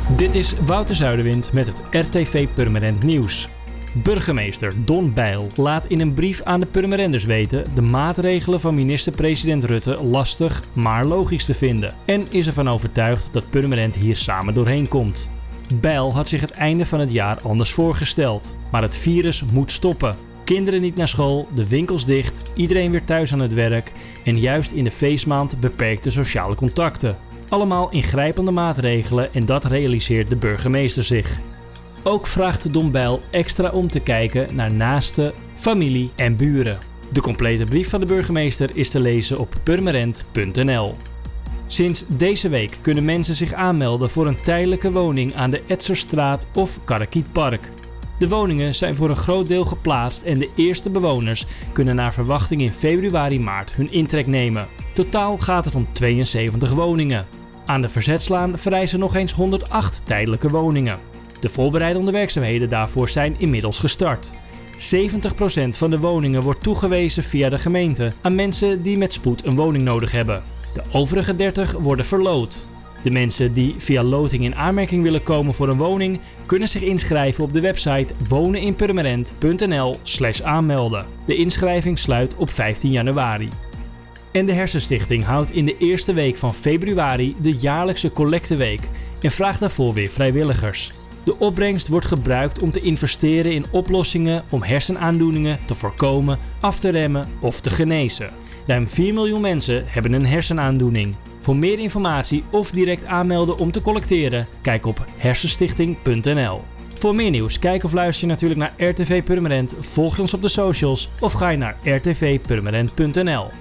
Dit is Wouter Zuiderwind met het RTV Purmerend Nieuws. Burgemeester Don Bijl laat in een brief aan de Purmerenders weten de maatregelen van minister-president Rutte lastig, maar logisch te vinden. En is ervan overtuigd dat Purmerend hier samen doorheen komt. Bijl had zich het einde van het jaar anders voorgesteld, maar het virus moet stoppen. Kinderen niet naar school, de winkels dicht, iedereen weer thuis aan het werk en juist in de feestmaand beperkte sociale contacten. Allemaal ingrijpende maatregelen en dat realiseert de burgemeester zich. Ook vraagt Don Bijl extra om te kijken naar naasten, familie en buren. De complete brief van de burgemeester is te lezen op purmerend.nl. Sinds deze week kunnen mensen zich aanmelden voor een tijdelijke woning aan de Etzerstraat of Karakietpark. De woningen zijn voor een groot deel geplaatst en de eerste bewoners kunnen naar verwachting in februari-maart hun intrek nemen. Totaal gaat het om 72 woningen. Aan de Verzetslaan vereisen nog eens 108 tijdelijke woningen. De voorbereidende werkzaamheden daarvoor zijn inmiddels gestart. 70% van de woningen wordt toegewezen via de gemeente aan mensen die met spoed een woning nodig hebben. De overige 30 worden verloot. De mensen die via loting in aanmerking willen komen voor een woning kunnen zich inschrijven op de website woneninpurmerend.nl/aanmelden. De inschrijving sluit op 15 januari. En de Hersenstichting houdt in de eerste week van februari de jaarlijkse collecteweek en vraagt daarvoor weer vrijwilligers. De opbrengst wordt gebruikt om te investeren in oplossingen om hersenaandoeningen te voorkomen, af te remmen of te genezen. Ruim 4 miljoen mensen hebben een hersenaandoening. Voor meer informatie of direct aanmelden om te collecteren, kijk op hersenstichting.nl. Voor meer nieuws, kijk of luister je natuurlijk naar RTV Purmerend, volg je ons op de socials of ga je naar rtvpurmerend.nl.